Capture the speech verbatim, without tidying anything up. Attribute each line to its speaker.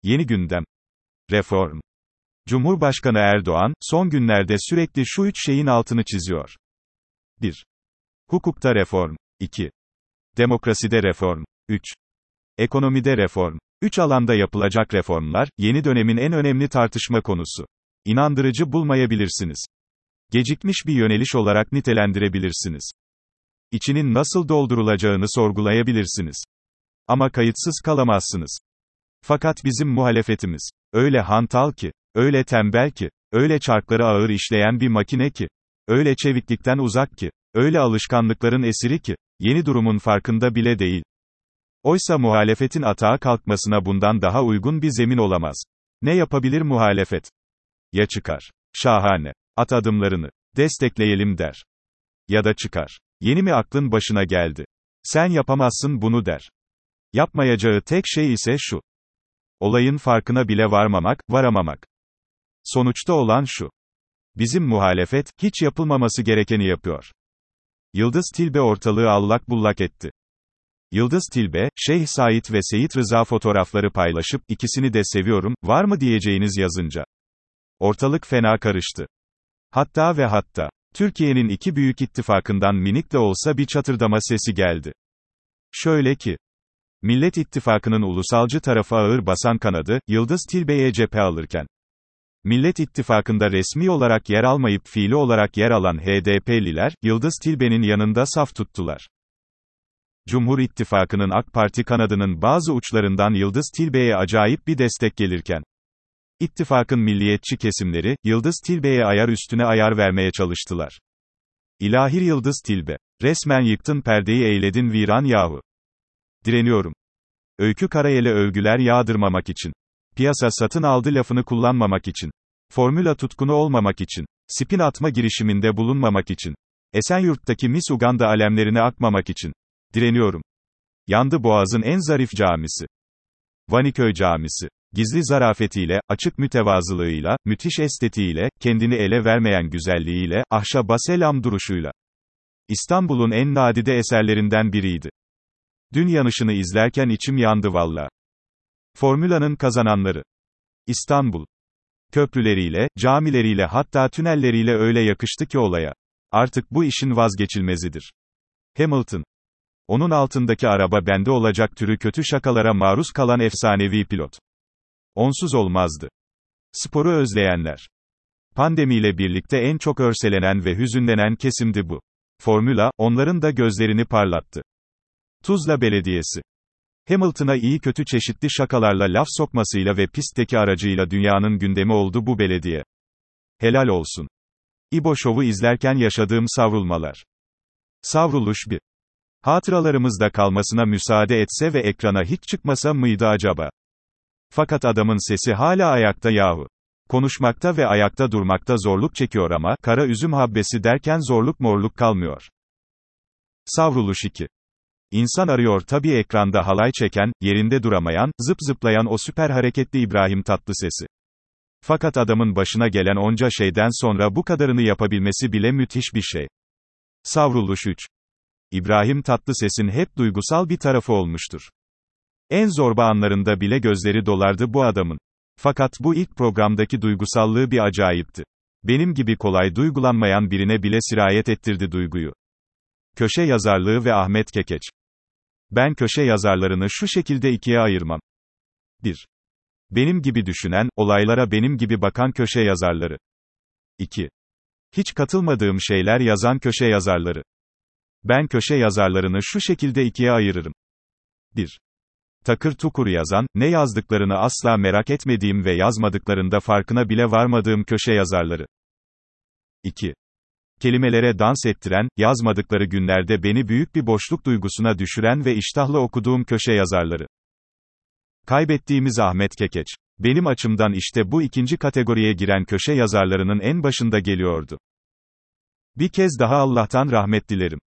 Speaker 1: Yeni gündem. Reform. Cumhurbaşkanı Erdoğan, son günlerde sürekli şu üç şeyin altını çiziyor. bir. Hukukta reform. iki. Demokraside reform. üç. Ekonomide reform. Üç alanda yapılacak reformlar, yeni dönemin en önemli tartışma konusu. İnandırıcı bulmayabilirsiniz. Gecikmiş bir yöneliş olarak nitelendirebilirsiniz. İçinin nasıl doldurulacağını sorgulayabilirsiniz. Ama kayıtsız kalamazsınız. Fakat bizim muhalefetimiz, öyle hantal ki, öyle tembel ki, öyle çarkları ağır işleyen bir makine ki, öyle çeviklikten uzak ki, öyle alışkanlıkların esiri ki, yeni durumun farkında bile değil. Oysa muhalefetin atağa kalkmasına bundan daha uygun bir zemin olamaz. Ne yapabilir muhalefet? Ya çıkar. Şahane. At adımlarını. Destekleyelim der. Ya da çıkar. Yeni mi aklın başına geldi? Sen yapamazsın bunu der. Yapmayacağı tek şey ise şu. Olayın farkına bile varmamak, varamamak. Sonuçta olan şu. Bizim muhalefet, hiç yapılmaması gerekeni yapıyor. Yıldız Tilbe ortalığı allak bullak etti. Yıldız Tilbe, Şeyh Said ve Seyit Rıza fotoğrafları paylaşıp, ikisini de seviyorum, var mı diyeceğiniz yazınca. Ortalık fena karıştı. Hatta ve hatta, Türkiye'nin iki büyük ittifakından minik de olsa bir çatırdama sesi geldi. Şöyle ki, Millet İttifakı'nın ulusalcı tarafı ağır basan kanadı, Yıldız Tilbe'ye cephe alırken, Millet İttifakı'nda resmi olarak yer almayıp fiili olarak yer alan H D P'liler, Yıldız Tilbe'nin yanında saf tuttular. Cumhur İttifakı'nın AK Parti kanadının bazı uçlarından Yıldız Tilbe'ye acayip bir destek gelirken, İttifakın milliyetçi kesimleri, Yıldız Tilbe'ye ayar üstüne ayar vermeye çalıştılar. İlahi Yıldız Tilbe, resmen yıktın perdeyi eyledin viran yahu. Direniyorum. Öykü Karayel'e övgüler yağdırmamak için. Piyasa satın aldı lafını kullanmamak için. Formüla tutkunu olmamak için. Spin atma girişiminde bulunmamak için. Esenyurt'taki Miss Uganda alemlerine akmamak için. Direniyorum. Yandı Boğaz'ın en zarif camisi. Vaniköy Camisi. Gizli zarafetiyle, açık mütevazılığıyla, müthiş estetiğiyle, kendini ele vermeyen güzelliğiyle, ahşaba selam duruşuyla. İstanbul'un en nadide eserlerinden biriydi. Dün yanışını izlerken içim yandı valla. Formülanın kazananları. İstanbul. Köprüleriyle, camileriyle hatta tünelleriyle öyle yakıştı ki olaya. Artık bu işin vazgeçilmezidir. Hamilton. Onun altındaki araba bende olacak türü kötü şakalara maruz kalan efsanevi pilot. Onsuz olmazdı. Sporu özleyenler. Pandemiyle birlikte en çok örselenen ve hüzünlenen kesimdi bu. Formula, onların da gözlerini parlattı. Tuzla Belediyesi. Hamilton'a iyi kötü çeşitli şakalarla laf sokmasıyla ve pistteki aracıyla dünyanın gündemi oldu bu belediye. Helal olsun. İbo Show'u izlerken yaşadığım savrulmalar. Savruluş bir. Hatıralarımızda kalmasına müsaade etse ve ekrana hiç çıkmasa mıydı acaba? Fakat adamın sesi hala ayakta yahu. Konuşmakta ve ayakta durmakta zorluk çekiyor ama, kara üzüm habbesi derken zorluk morluk kalmıyor. Savruluş iki. İnsan arıyor tabii ekranda halay çeken, yerinde duramayan, zıp zıplayan o süper hareketli İbrahim Tatlıses'i. Fakat adamın başına gelen onca şeyden sonra bu kadarını yapabilmesi bile müthiş bir şey. Savruluş üç. İbrahim Tatlıses'in hep duygusal bir tarafı olmuştur. En zorba anlarında bile gözleri dolardı bu adamın. Fakat bu ilk programdaki duygusallığı bir acayipti. Benim gibi kolay duygulanmayan birine bile sirayet ettirdi duyguyu. Köşe yazarlığı ve Ahmet Kekeç. Ben köşe yazarlarını şu şekilde ikiye ayırmam. bir. Benim gibi düşünen, olaylara benim gibi bakan köşe yazarları. iki. Hiç katılmadığım şeyler yazan köşe yazarları. Ben köşe yazarlarını şu şekilde ikiye ayırırım. bir. Takır tukur yazan, ne yazdıklarını asla merak etmediğim ve yazmadıklarında farkına bile varmadığım köşe yazarları. iki. Kelimelere dans ettiren, yazmadıkları günlerde beni büyük bir boşluk duygusuna düşüren ve iştahla okuduğum köşe yazarları. Kaybettiğimiz Ahmet Kekeç. Benim açımdan işte bu ikinci kategoriye giren köşe yazarlarının en başında geliyordu. Bir kez daha Allah'tan rahmet dilerim.